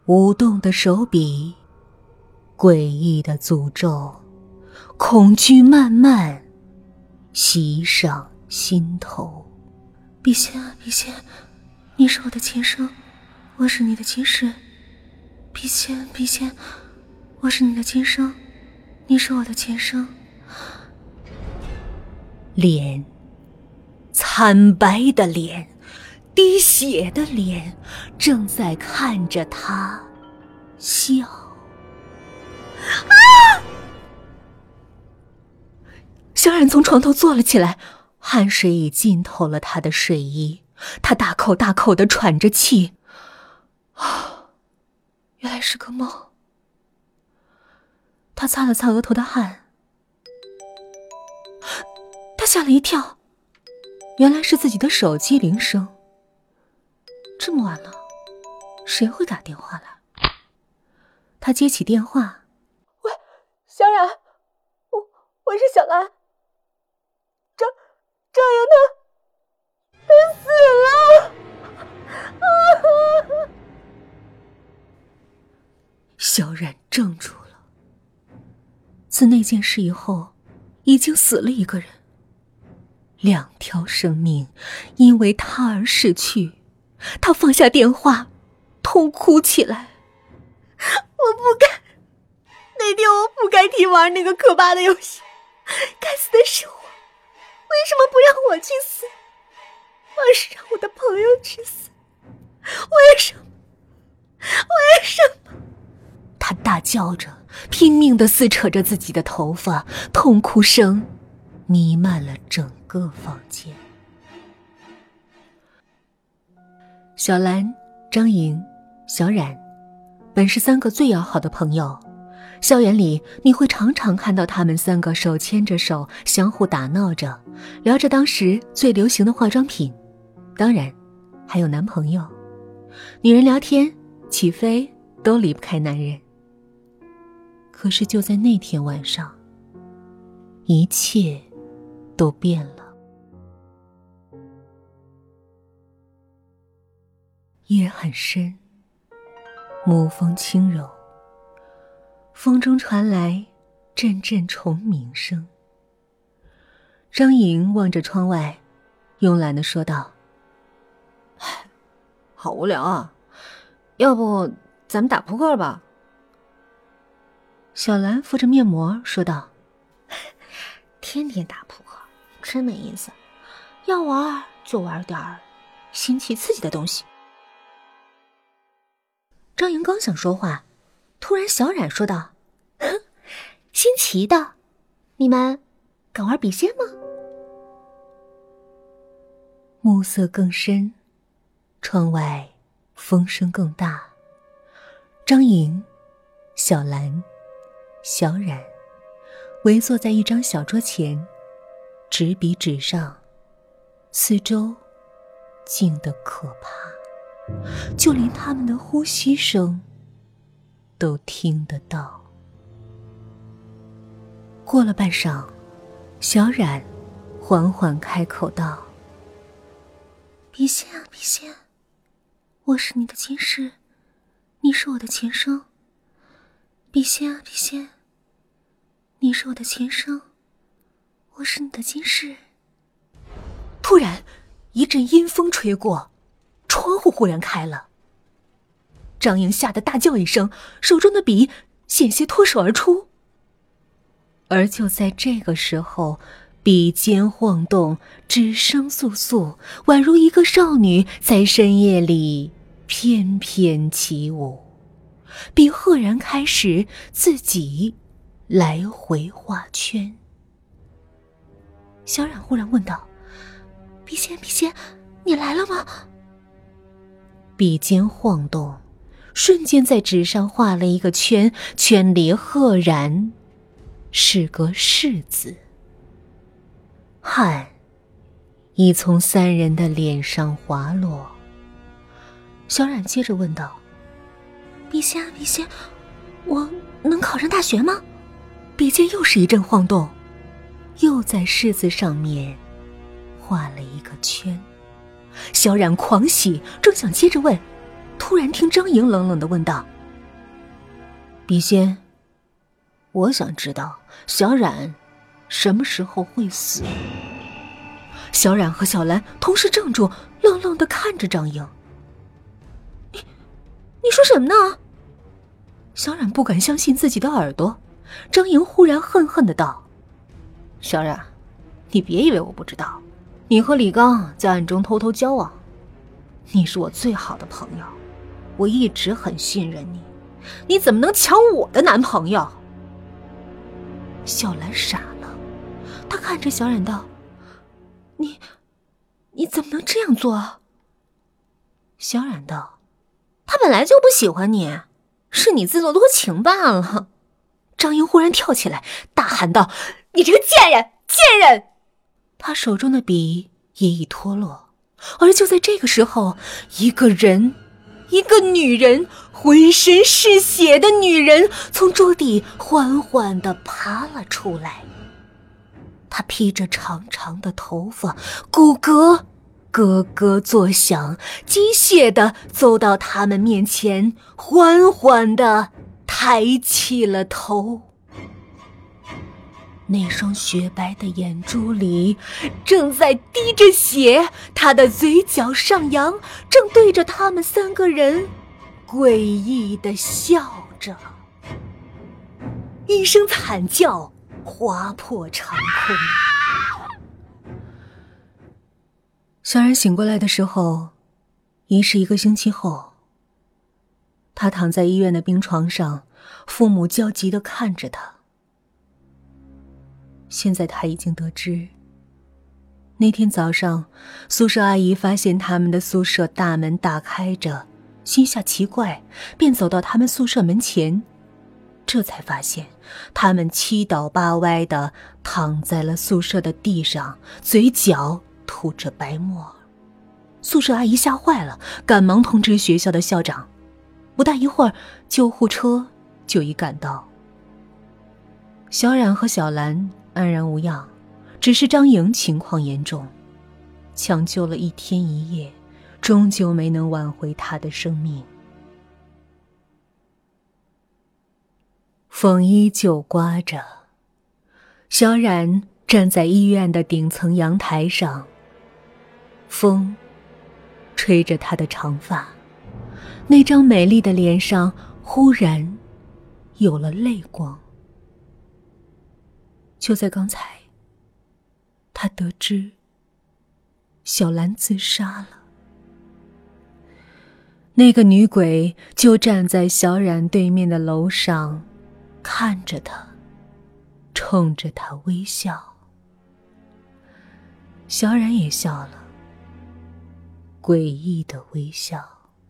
舞动的手笔，诡异的诅咒，恐惧慢慢袭上心头。 笔仙啊笔仙，你是我的前生，我是你的今世。笔仙笔仙，我是你的今生，你是我的前生。 脸，惨白的脸，滴血的脸，正在看着他笑。小冉从床头坐了起来，汗水已浸透了他的睡衣，他大口大口地喘着气。 原来是个梦。 他擦了擦额头的汗，他吓了一跳，原来是自己的手机铃声。这么晚了，谁会打电话来？他接起电话： 喂，小冉，我是小兰。张莹他死了。 小冉怔住了。自那件事以后，已经死了一个人，2条生命因为他而逝去。他放下电话，痛哭起来。 我不该，那天我不该提玩那个可怕的游戏，该死的是我。为什么不让我去死，而是让我的朋友去死？为什么？ 他大叫着，拼命地撕扯着自己的头发，痛哭声弥漫了整个房间。小兰、张莹、小冉本是3个最要好的朋友，校园里你会常常看到他们3个手牵着手，相互打闹着，聊着当时最流行的化妆品，当然还有男朋友。女人聊天起飞都离不开男人。可是就在那天晚上，一切都变了。夜很深，暮风轻柔，风中传来阵阵虫鸣声。张莹望着窗外，慵懒地说道： 好无聊啊，要不咱们打扑克吧。 小兰敷着面膜说道： 天天打扑克真没意思，要玩就玩点新奇刺激的东西。 张莹刚想说话，突然小冉说道： 新奇的，你们敢玩笔仙吗？ 暮色更深，窗外风声更大。张莹、小兰、小冉围坐在一张小桌前，纸笔纸上，四周静得可怕，就连他们的呼吸声都听得到。过了半晌，小冉缓缓开口道： 笔仙啊笔仙，我是你的今世，你是我的前生。笔仙啊笔仙，你是我的前生，我是你的今世。 突然一阵阴风吹过，窗户忽然开了。张莹吓得大叫一声，手中的笔险些脱手而出。而就在这个时候，笔尖晃动，指声簌簌，宛如一个少女在深夜里翩翩起舞。笔赫然开始自己来回画圈。小冉忽然问道： 笔仙笔仙，你来了吗？ 笔尖晃动，瞬间在纸上画了一个圈，圈里赫然是个士字。汗已从3人的脸上滑落。小冉接着问道： 笔仙啊笔仙，我能考上大学吗？ 笔尖又是一阵晃动，又在士字上面画了一个圈。小冉狂喜，正想接着问，突然听张莹冷冷地问道： 笔仙，我想知道小冉什么时候会死。小冉和小兰同时怔住，愣愣地看着张莹。你说什么呢？小冉不敢相信自己的耳朵。张莹忽然恨恨地道：小冉，你别以为我不知道，你和李刚在暗中偷偷交往，你是我最好的朋友，我一直很信任你，你怎么能抢我的男朋友？小兰傻了，她看着小冉道：你怎么能这样做？小冉道：他本来就不喜欢你，是你自作多情罢了。张莹忽然跳起来，大喊道：你这个贱人，贱人！他手中的笔也已脱落。而就在这个时候，一个女人，浑身是血的女人从桌底缓缓地爬了出来。她披着长长的头发，骨骼咯咯作响，机械地走到他们面前，缓缓地抬起了头。那双雪白的眼珠里正在滴着血，他的嘴角上扬，正对着他们三个人诡异地笑着。一声惨叫划破长空。小冉醒过来的时候，已是1个星期后。他躺在医院的病床上，父母焦急地看着他。现在他已经得知，那天早上宿舍阿姨发现他们的宿舍大门打开着，心下奇怪，便走到他们宿舍门前，这才发现他们七倒八歪地躺在了宿舍的地上，嘴角吐着白沫。宿舍阿姨吓坏了，赶忙通知学校的校长。不大一会儿，救护车就已赶到。小冉和小兰安然无恙，只是张莹情况严重，抢救了1天1夜，终究没能挽回她的生命。风依旧刮着，小冉站在医院的顶层阳台上，风吹着她的长发，那张美丽的脸上忽然有了泪光。就在刚才，他得知小兰自杀了。那个女鬼就站在小冉对面的楼上，看着他，冲着他微笑。小冉也笑了，诡异的微笑。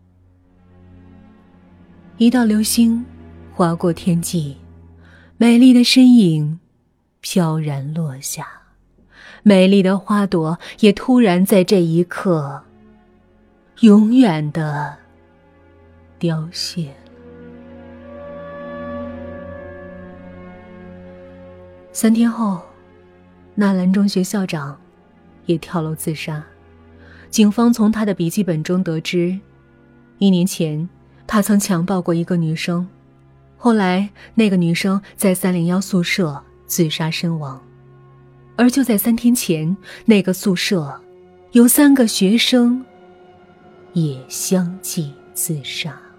一道流星划过天际，美丽的身影飘然落下，美丽的花朵也突然在这一刻永远地凋谢了。3天后，纳兰中学校长也跳楼自杀。警方从他的笔记本中得知，1年前他曾强暴过一个女生，后来那个女生在301宿舍自杀身亡。而就在3天前，那个宿舍有3个学生也相继自杀。